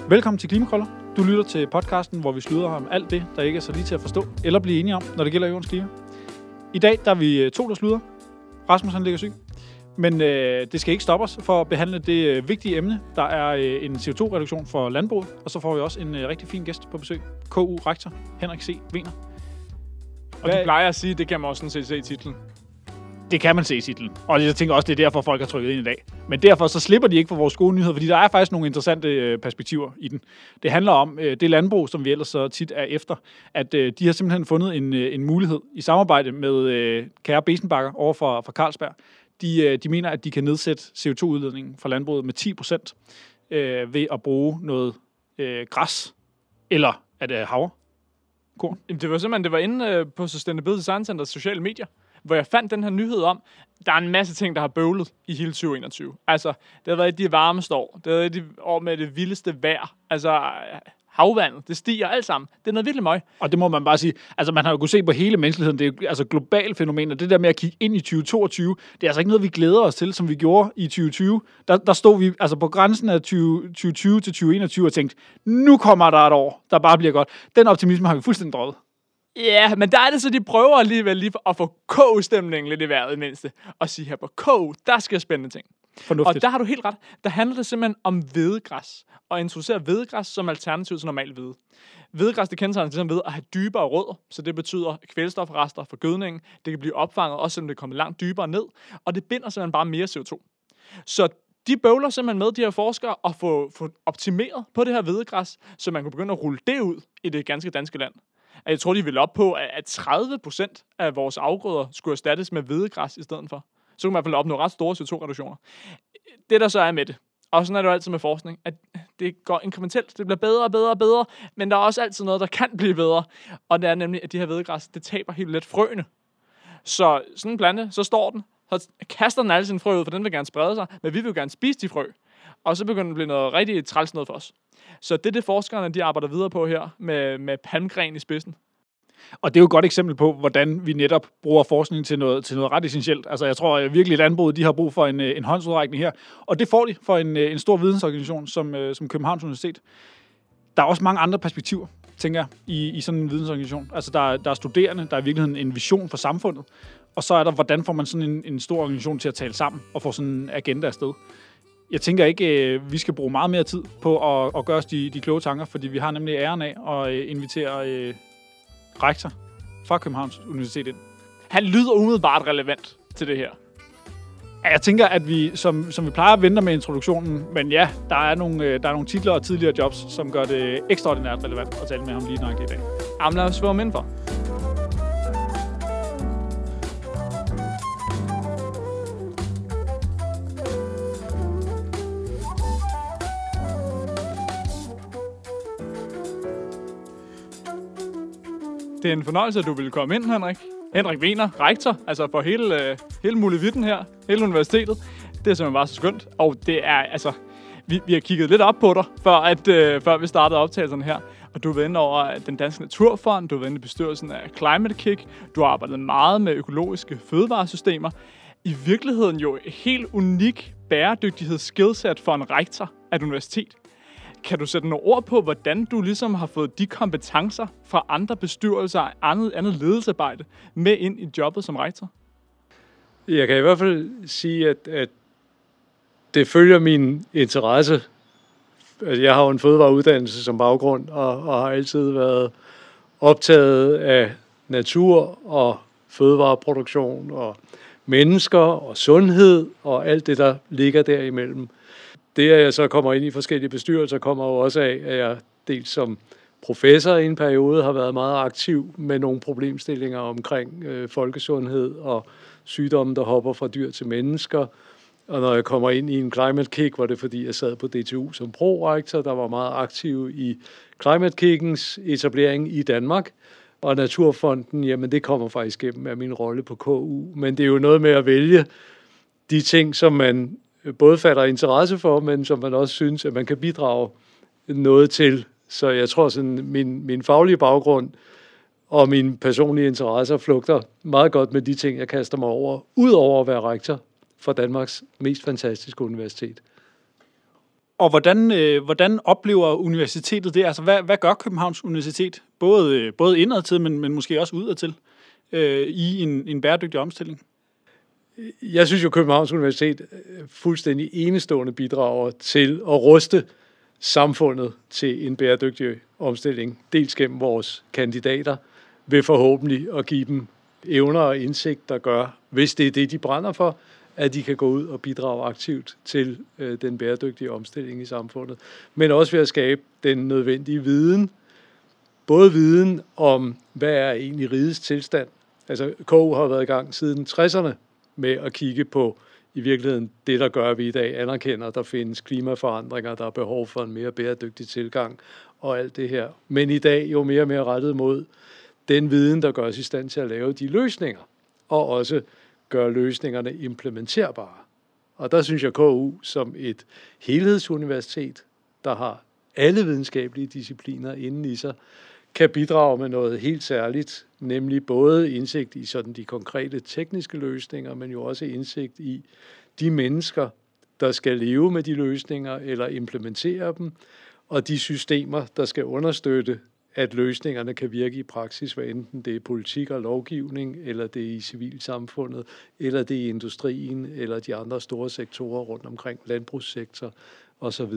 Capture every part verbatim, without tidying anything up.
Velkommen til Klimakrøller. Du lytter til podcasten, hvor vi slutter om alt det, der ikke er så lige til at forstå eller blive enige om, når det gælder jordens klima. I dag der er vi to, der slutter. Rasmus han ligger syg. Men øh, det skal ikke stoppe os for at behandle det øh, vigtige emne. Der er øh, en C O to reduktion for landbruget, og så får vi også en øh, rigtig fin gæst på besøg. K U-rektor Henrik C. Wehner. Og du plejer at sige, det kan man også sådan set se i titlen. Det kan man se i titlen. Og jeg tænker også, det er derfor, folk har trykket ind i dag. Men derfor så slipper de ikke for vores gode nyheder, fordi der er faktisk nogle interessante øh, perspektiver i den. Det handler om øh, det landbrug, som vi ellers så tit er efter, at øh, de har simpelthen fundet en, øh, en mulighed i samarbejde med øh, Kære Besenbakker over for, for Carlsberg. De, øh, de mener, at de kan nedsætte C O to udledningen fra landbruget med ti procent øh, ved at bruge noget øh, græs eller er det havre? Korn? Det var simpelthen, det var inde øh, på Sustainability Design Centers sociale medier, hvor jeg fandt den her nyhed om, der er en masse ting, der har bøvlet i hele tyve enogtyve. Altså, det har været de varmeste år. Det har været de år med det vildeste vejr. Altså, havvandet, det stiger alt sammen. Det er noget virkelig møg. Og det må man bare sige. Altså, man har jo kunnet se på hele menneskeligheden. Det er altså globalt fænomen, og det der med at kigge ind i tyve toogtyve, det er altså ikke noget, vi glæder os til, som vi gjorde i tyve tyve. Der, der stod vi altså på grænsen af tyve tyve til tyve enogtyve og tænkte, nu kommer der et år, der bare bliver godt. Den optimisme har vi fuldstændig droppet. Ja, men der er det så, de prøver alligevel lige at få K U-stemningen lidt i vejret i mindste. Og sige her på K U, der skal spændende ting. Fornuftigt. Og der har du helt ret. Der handler det simpelthen om hvedegræs. Og introducere hvedegræs som alternativ til normal hvede. Hvedegræs, det kendes ligesom ved at have dybere rødder. Så det betyder kvælstofrester for gødningen. Det kan blive opfanget, også selvom det kommer langt dybere ned. Og det binder simpelthen bare mere C O to. Så de bøvler simpelthen med, de her forskere, at få, få optimeret på det her hvedegræs, så man kan begynde at rulle det ud i det ganske danske land. Jeg tror, de vil op på, at tredive procent af vores afgrøder skulle erstattes med hvedegræs i stedet for. Så kan man i hvert fald opnå ret store C O to reduktioner. Det, der så er med det, og sådan er det jo altid med forskning, at det går inkrementelt. Det bliver bedre og bedre og bedre, men der er også altid noget, der kan blive bedre. Og det er nemlig, at de her hvedegræs, det taber helt let frøene. Så sådan en plante, så står den, så kaster den alle sine frø ud, for den vil gerne sprede sig, men vi vil jo gerne spise de frø. Og så begynder det at blive noget rigtig træls noget for os. Så det er det, forskerne de arbejder videre på her, med, med palmgren i spidsen. Og det er jo et godt eksempel på, hvordan vi netop bruger forskning til noget, til noget ret essentielt. Altså jeg tror at virkelig, at landbruget de har brug for en, en håndsudrækning her. Og det får de for en, en stor vidensorganisation som, som Københavns Universitet. Der er også mange andre perspektiver, tænker jeg, i, i sådan en vidensorganisation. Altså der, der er studerende, der er i virkeligheden en vision for samfundet. Og så er der, hvordan får man sådan en, en stor organisation til at tale sammen og få sådan en agenda afsted. Jeg tænker ikke, at vi skal bruge meget mere tid på at, at gøre os de, de kloge tanker, fordi vi har nemlig æren af at invitere øh, rektor fra Københavns Universitet ind. Han lyder umiddelbart relevant til det her. Ja, jeg tænker, at vi, som, som vi plejer at vente med introduktionen, men ja, der er, nogle, der er nogle titler og tidligere jobs, som gør det ekstraordinært relevant at tale med ham lige nøjagtigt i dag. Jamen lad os få ham ind for. Det er en fornøjelse, at du vil komme ind, Henrik. Henrik Wehner, rektor, altså for hele, øh, hele muligheden her, hele universitetet. Det er simpelthen bare så skønt. Og det er, altså, vi, vi har kigget lidt op på dig, før, at, øh, før vi startede optagelserne her. Og du har været inde over den Danske Naturfond, du har været inde i bestyrelsen af Climate Kick, du har arbejdet meget med økologiske fødevaresystemer. I virkeligheden jo et helt unik bæredygtighedsskillset for en rektor af et universitet. Kan du sætte nogle ord på, hvordan du ligesom har fået de kompetencer fra andre bestyrelser og andet, andet ledelsesarbejde med ind i jobbet som rektor? Jeg kan i hvert fald sige, at, at det følger min interesse. Jeg har jo en fødevareuddannelse som baggrund, og, og har altid været optaget af natur og fødevareproduktion og mennesker og sundhed og alt det, der ligger derimellem. Det, at jeg så kommer ind i forskellige bestyrelser, kommer jo også af, at jeg dels som professor i en periode har været meget aktiv med nogle problemstillinger omkring øh, folkesundhed og sygdomme, der hopper fra dyr til mennesker. Og når jeg kommer ind i en Climate Kick, var det fordi, jeg sad på D T U som pro-rektor, der var meget aktiv i Climate Kickens etablering i Danmark. Og Naturfonden, jamen det kommer faktisk gennem af min rolle på K U. Men det er jo noget med at vælge de ting, som man både fatter interesse for, men som man også synes, at man kan bidrage noget til. Så jeg tror, sådan min, min faglige baggrund og mine personlige interesser flugter meget godt med de ting, jeg kaster mig over, ud over at være rektor for Danmarks mest fantastiske universitet. Og hvordan, øh, hvordan oplever universitetet det? Altså, hvad, hvad gør Københavns Universitet? Både, øh, både indadtil, men, men måske også udadtil øh, i en, en bæredygtig omstilling? Jeg synes jo, at Københavns Universitet fuldstændig enestående bidrager til at ruste samfundet til en bæredygtig omstilling. Dels gennem vores kandidater, ved forhåbentlig at give dem evner og indsigt, der gør, hvis det er det, de brænder for, at de kan gå ud og bidrage aktivt til øh, den bæredygtige omstilling i samfundet. Men også ved at skabe den nødvendige viden. Både viden om, hvad er egentlig rigets tilstand. Altså K U har været i gang siden tresserne med at kigge på i virkeligheden det, der gør, at vi i dag anerkender, at der findes klimaforandringer, der er behov for en mere bæredygtig tilgang og alt det her. Men i dag jo mere og mere rettet mod den viden, der gør os i stand til at lave de løsninger, og også gøre løsningerne implementerbare. Og der synes jeg, K U som et helhedsuniversitet, der har alle videnskabelige discipliner inden i sig, kan bidrage med noget helt særligt, nemlig både indsigt i sådan de konkrete tekniske løsninger, men jo også indsigt i de mennesker, der skal leve med de løsninger eller implementere dem, og de systemer, der skal understøtte, at løsningerne kan virke i praksis, hvad enten det er politik og lovgivning, eller det er i civilsamfundet, eller det er i industrien, eller de andre store sektorer rundt omkring, landbrugssektor osv.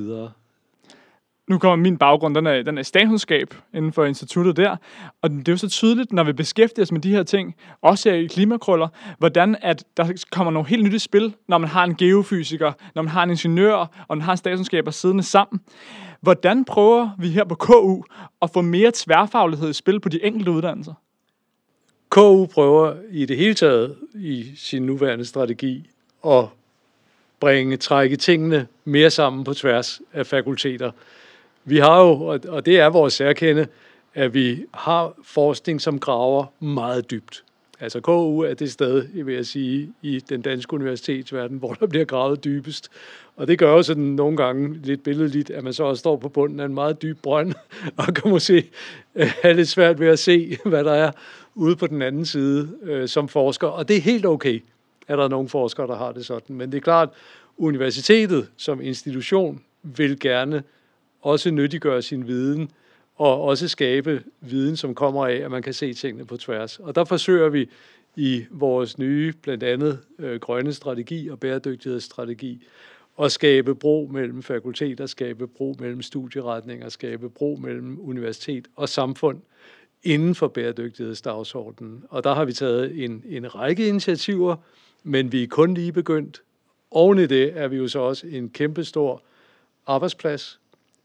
Nu kommer min baggrund, den er, den er statskundskab inden for instituttet der, og det er jo så tydeligt, når vi beskæftiger os med de her ting, også i klimakrøller, hvordan at der kommer noget helt nyt i spil, når man har en geofysiker, når man har en ingeniør, og man har en statskundskaber siddende sammen. Hvordan prøver vi her på K U at få mere tværfaglighed i spil på de enkelte uddannelser? K U prøver i det hele taget i sin nuværende strategi at bringe, trække tingene mere sammen på tværs af fakulteter. Vi har jo, og det er vores særkende, at vi har forskning, som graver meget dybt. Altså K U er det sted, vil jeg sige, i den danske universitetsverden, hvor der bliver gravet dybest. Og det gør jo sådan nogle gange lidt billedligt, at man så også står på bunden af en meget dyb brønd, og kan måske have lidt svært ved at se, hvad der er ude på den anden side øh, som forsker. Og det er helt okay, at der er nogle forskere, der har det sådan. Men det er klart, universitetet som institution vil gerne også nyttiggøre sin viden, og også skabe viden, som kommer af, at man kan se tingene på tværs. Og der forsøger vi i vores nye, blandt andet øh, grønne strategi og bæredygtighedsstrategi, at skabe bro mellem fakulteter, skabe bro mellem studieretninger, skabe bro mellem universitet og samfund inden for bæredygtighedsdagsordenen. Og der har vi taget en, en række initiativer, men vi er kun lige begyndt. Oven i det er vi jo så også en kæmpestor arbejdsplads,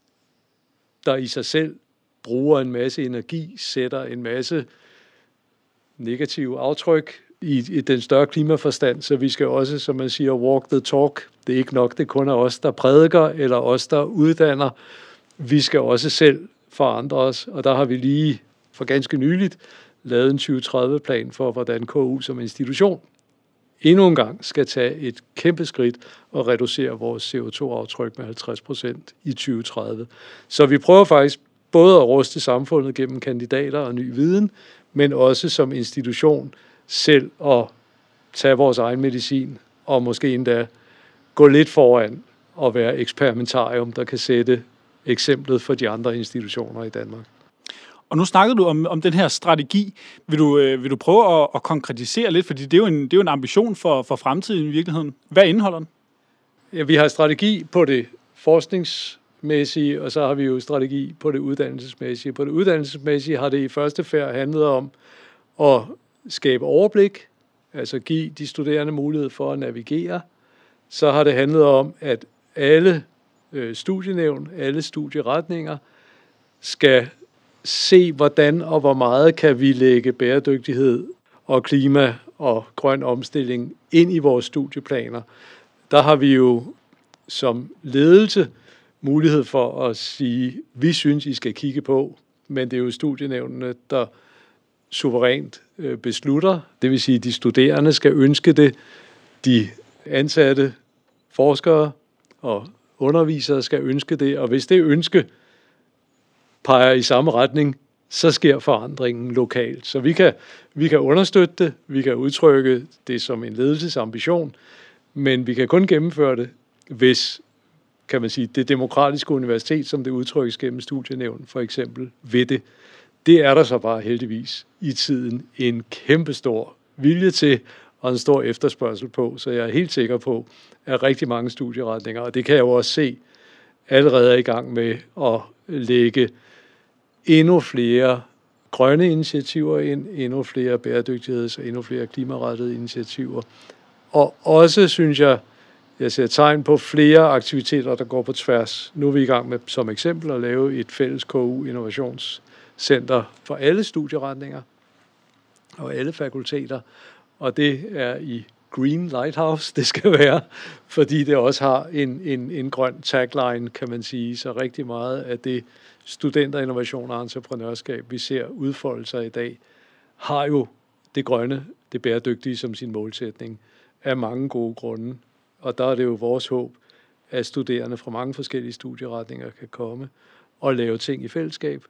der i sig selv bruger en masse energi, sætter en masse negative aftryk i, i den større klimaforstand, så vi skal også, som man siger, walk the talk. Det er ikke nok, det kun er os, der prædiker, eller os, der uddanner. Vi skal også selv forandre os, og der har vi lige for ganske nyligt lavet en tyve tredive-plan for, hvordan K U som institution endnu en gang skal tage et kæmpe skridt og reducere vores C O to aftryk med halvtreds procent i tyve tredive. Så vi prøver faktisk både at ruste samfundet gennem kandidater og ny viden, men også som institution selv at tage vores egen medicin og måske endda gå lidt foran og være eksperimentarium, der kan sætte eksemplet for de andre institutioner i Danmark. Og nu snakkede du om, om den her strategi. Vil du, øh, vil du prøve at, at konkretisere lidt, fordi det er jo en, det er jo en ambition for, for fremtiden i virkeligheden. Hvad indeholder den? Ja, vi har strategi på det forskningsmæssige, og så har vi jo strategi på det uddannelsesmæssige. På det uddannelsesmæssige har det i første færd handlet om at skabe overblik, altså give de studerende mulighed for at navigere. Så har det handlet om, at alle øh, studienævn, alle studieretninger skal se, hvordan og hvor meget kan vi lægge bæredygtighed og klima og grøn omstilling ind i vores studieplaner. Der har vi jo som ledelse mulighed for at sige, vi synes, I skal kigge på, men det er jo studienævnene, der suverænt beslutter. Det vil sige, at de studerende skal ønske det, de ansatte forskere og undervisere skal ønske det, og hvis det ønske peger i samme retning, så sker forandringen lokalt. Så vi kan, vi kan understøtte det, vi kan udtrykke det som en ledelsesambition, men vi kan kun gennemføre det, hvis kan man sige, det demokratiske universitet, som det udtrykkes gennem studienævn, for eksempel, ved det. Det er der så bare heldigvis i tiden en kæmpestor vilje til, og en stor efterspørgsel på, så jeg er helt sikker på, at rigtig mange studieretninger, og det kan jeg jo også se, allerede er i gang med at lægge endnu flere grønne initiativer ind, endnu flere bæredygtigheds- og endnu flere klimarettede initiativer. Og også, synes jeg, jeg ser tegn på flere aktiviteter, der går på tværs. Nu er vi i gang med, som eksempel, at lave et fælles K U-innovationscenter for alle studieretninger og alle fakulteter, og det er i Green Lighthouse, det skal være, fordi det også har en, en, en grøn tagline, kan man sige, så rigtig meget af det studenter, innovation og entreprenørskab, vi ser udfolde sig i dag, har jo det grønne, det bæredygtige som sin målsætning af mange gode grunde. Og der er det jo vores håb, at studerende fra mange forskellige studieretninger kan komme og lave ting i fællesskab.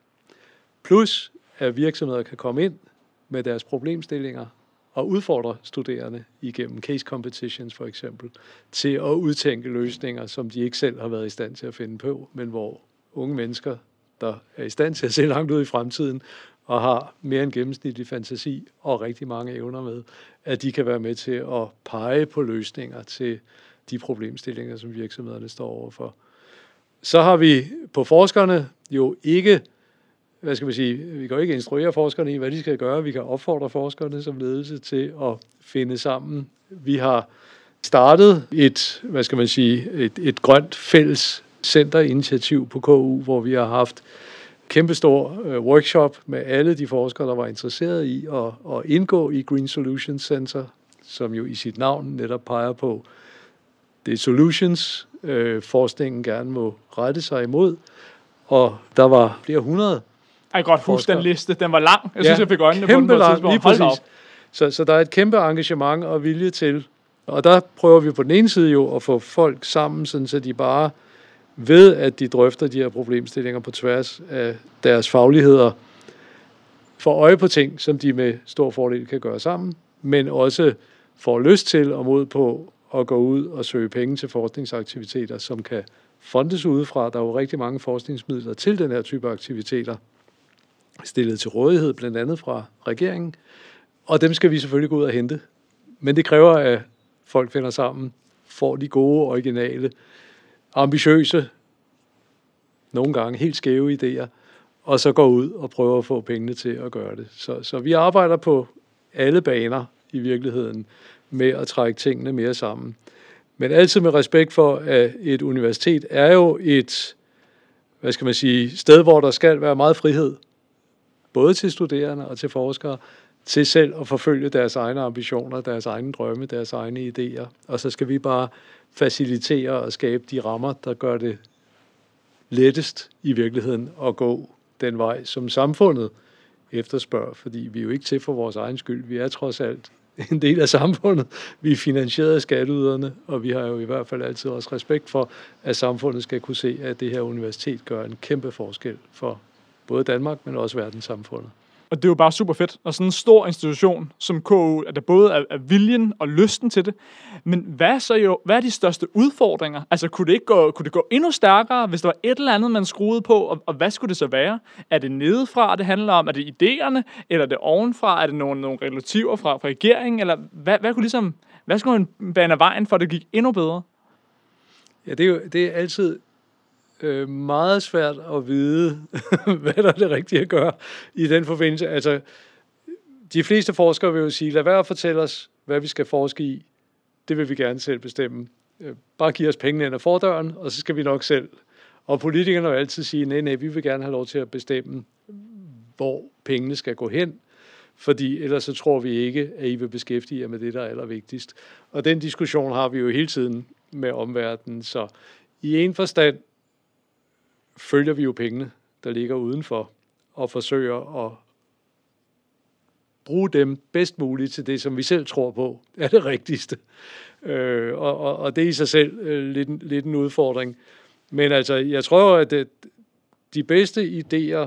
Plus, at virksomheder kan komme ind med deres problemstillinger og udfordre studerende igennem case competitions for eksempel, til at udtænke løsninger, som de ikke selv har været i stand til at finde på, men hvor unge mennesker, der er i stand til at se langt ud i fremtiden, og har mere end gennemsnitlig fantasi og rigtig mange evner med, at de kan være med til at pege på løsninger til de problemstillinger, som virksomhederne står overfor. Så har vi på forskerne jo ikke, hvad skal vi sige, vi kan jo ikke instruere forskerne i, hvad de skal gøre. Vi kan opfordre forskerne som ledelse til at finde sammen. Vi har startet et, hvad skal man sige, et, et grønt fælles centerinitiativ på K U, hvor vi har haft kæmpestor øh, workshop med alle de forskere, der var interesseret i at, at indgå i Green Solutions Center, som jo i sit navn netop peger på, det er solutions, øh, forskningen gerne må rette sig imod. Og der var flere hundrede. Jeg kan godt huske den liste, den var lang. Jeg ja, synes, jeg fik øjnene på den på et tidspunkt. Lige præcis. Så, så der er et kæmpe engagement og vilje til. Og der prøver vi på den ene side jo at få folk sammen, sådan så de bare ved, at de drøfter de her problemstillinger på tværs af deres fagligheder, får øje på ting, som de med stor fordel kan gøre sammen, men også får lyst til og mod på at gå ud og søge penge til forskningsaktiviteter, som kan fondes udefra. Der er jo rigtig mange forskningsmidler til den her type aktiviteter, stillet til rådighed, blandt andet fra regeringen, og dem skal vi selvfølgelig gå ud og hente. Men det kræver, at folk finder sammen, får de gode, originale, ambitiøse, nogle gange helt skæve idéer, og så går ud og prøver at få pengene til at gøre det. Så, så vi arbejder på alle baner i virkeligheden med at trække tingene mere sammen. Men altid med respekt for, at et universitet er jo et, hvad skal man sige, sted, hvor der skal være meget frihed, både til studerende og til forskere, til selv at forfølge deres egne ambitioner, deres egne drømme, deres egne idéer. Og så skal vi bare facilitere og skabe de rammer, der gør det lettest i virkeligheden at gå den vej, som samfundet efterspørger, fordi vi er jo ikke til for vores egen skyld. Vi er trods alt en del af samfundet. Vi er finansieret af skatteyderne, og vi har jo i hvert fald altid også respekt for, at samfundet skal kunne se, at det her universitet gør en kæmpe forskel for både Danmark, men også verdenssamfundet. Og det er jo bare super fedt, og sådan en stor institution som K U, at der både er, er viljen og lysten til det. Men hvad er så jo, hvad er de største udfordringer? Altså, kunne det ikke gå, kunne det gå endnu stærkere, hvis der var et eller andet, man skruede på, og, og hvad skulle det så være? Er det nedefra, det handler om? Er det idéerne, eller er det ovenfra? Er det nogle, nogle relativer fra, fra regeringen? Eller hvad, hvad kunne ligesom, hvad skulle man bane vejen for, at det gik endnu bedre? Ja, det er jo det er altid øh, meget svært at vide, hvad der er det rigtige at gøre i den forbindelse. Altså, de fleste forskere vil jo sige, lad være at fortælle os, hvad vi skal forske i. Det vil vi gerne selv bestemme. Bare giv os pengene ind ad fordøren, og så skal vi nok selv. Og politikerne vil altid sige, nej, nej, vi vil gerne have lov til at bestemme, hvor pengene skal gå hen, fordi ellers så tror vi ikke, at I vil beskæftige jer med det, der er allervigtigst. Og den diskussion har vi jo hele tiden med omverdenen, så i en forstand følger vi jo pengene, der ligger udenfor, og forsøger at bruge dem bedst muligt til det, som vi selv tror på, er det rigtigste. Øh, og, og, og det er i sig selv øh, lidt, lidt en udfordring. Men altså, jeg tror, at det, de bedste idéer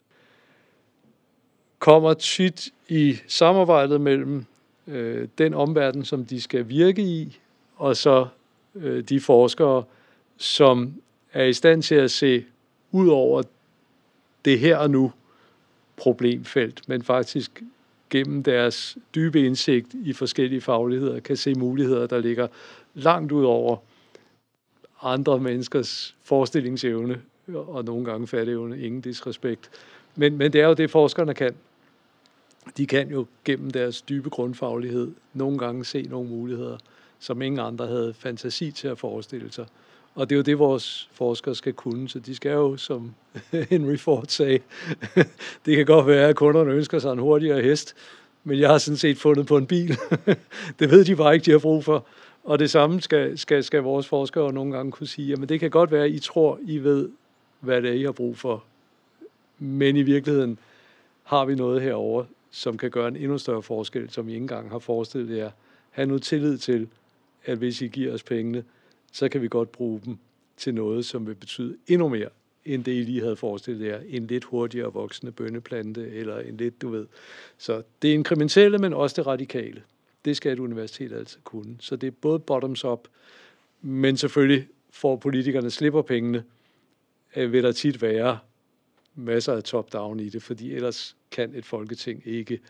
kommer tit i samarbejdet mellem øh, den omverden, som de skal virke i, og så øh, de forskere, som er i stand til at se ud over det her og nu problemfelt, men faktisk gennem deres dybe indsigt i forskellige fagligheder kan se muligheder, der ligger langt ud over andre menneskers forestillingsevne og nogle gange fatteevne, ingen disrespekt. Men, men det er jo det, forskerne kan. De kan jo gennem deres dybe grundfaglighed nogle gange se nogle muligheder, som ingen andre havde fantasi til at forestille sig. Og det er jo det, vores forskere skal kunne, så de skal jo, som Henry Ford sagde, det kan godt være, at kunderne ønsker sig en hurtigere hest, men jeg har sådan set fundet på en bil. Det ved de bare ikke, de har brug for. Og det samme skal, skal, skal vores forskere nogle gange kunne sige, jamen det kan godt være, at I tror, I ved, hvad det er, I har brug for. Men i virkeligheden har vi noget herover, som kan gøre en endnu større forskel, som I ikke engang har forestillet jer. Ha' nu tillid til, at hvis I giver os pengene, så kan vi godt bruge dem til noget, som vil betyde endnu mere, end det I lige havde forestillet jer. En lidt hurtigere voksende bønneplante, eller en lidt, du ved. Så det er inkrementelle, men også det radikale. Det skal et universitet altid kunne. Så det er både bottoms up, men selvfølgelig får politikerne slipper pengene, vil der tit være masser af top-down i det, fordi ellers kan et folketing ikke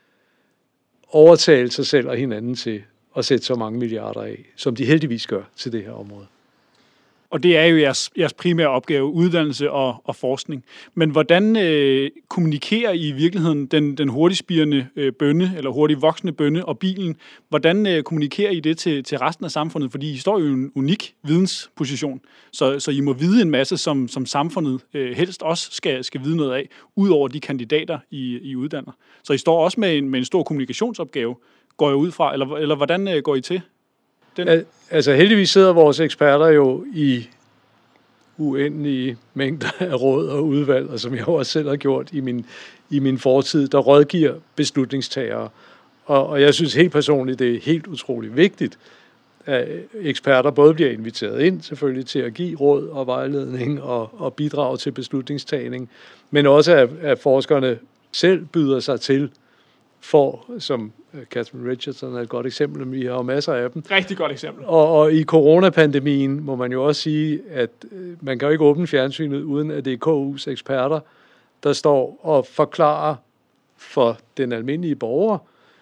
overtale sig selv og hinanden til at sætte så mange milliarder af, som de heldigvis gør til det her område. Og det er jo jeres, jeres primære opgave, uddannelse og, og forskning. Men hvordan øh, kommunikerer I i virkeligheden den, den hurtigspirende øh, bønne, eller hurtigt voksende bønne og bilen? Hvordan øh, kommunikerer I det til, til resten af samfundet? Fordi I står jo i en unik vidensposition, så, så I må vide en masse, som, som samfundet øh, helst også skal, skal vide noget af, ud over de kandidater, I, I uddanner. Så I står også med en, med en stor kommunikationsopgave, går jeg ud fra, eller, eller hvordan øh, går I til? Den... Al- altså heldigvis sidder vores eksperter jo i uendelige mængder af råd og udvalg, og som jeg også selv har gjort i min, i min fortid, der rådgiver beslutningstagere. Og, og jeg synes helt personligt, det er helt utroligt vigtigt, at eksperter både bliver inviteret ind selvfølgelig til at give råd og vejledning og, og bidrage til beslutningstagning, men også at, at forskerne selv byder sig til for, som Catherine Richardson er et godt eksempel, men vi har jo masser af dem. Rigtig godt eksempel. Og, og i coronapandemien må man jo også sige, at man kan jo ikke åbne fjernsynet, uden at det er K U's eksperter, der står og forklarer for den almindelige borger,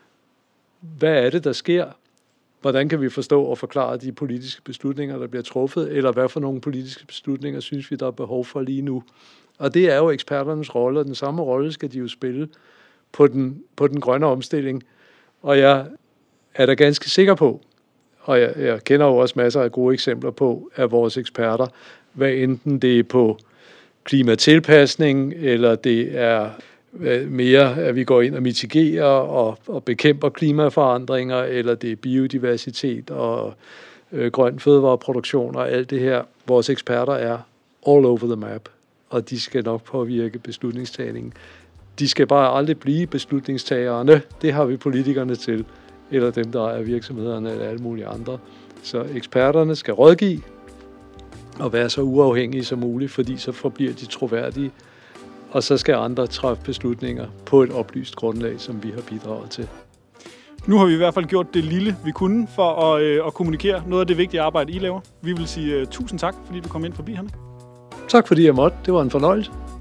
hvad er det, der sker? Hvordan kan vi forstå og forklare de politiske beslutninger, der bliver truffet, eller hvad for nogle politiske beslutninger synes vi, der er behov for lige nu? Og det er jo eksperternes rolle, og den samme rolle skal de jo spille på den, på den grønne omstilling. Og jeg er da ganske sikker på, og jeg, jeg kender jo også masser af gode eksempler på, at vores eksperter, hvad enten det er på klimatilpasning, eller det er mere, at vi går ind og mitigerer og, og bekæmper klimaforandringer, eller det er biodiversitet og øh, grøn fødevareproduktion og alt det her. Vores eksperter er all over the map, og de skal nok påvirke beslutningstagningen. De skal bare aldrig blive beslutningstagerne. Det har vi politikerne til, eller dem, der er virksomhederne, eller alle mulige andre. Så eksperterne skal rådgive og være så uafhængige som muligt, fordi så forbliver de troværdige, og så skal andre træffe beslutninger på et oplyst grundlag, som vi har bidraget til. Nu har vi i hvert fald gjort det lille, vi kunne for at, øh, at kommunikere noget af det vigtige arbejde, I laver. Vi vil sige uh, tusind tak, fordi du kom ind forbi, Hanne. Tak fordi jeg måtte. Det var en fornøjelse.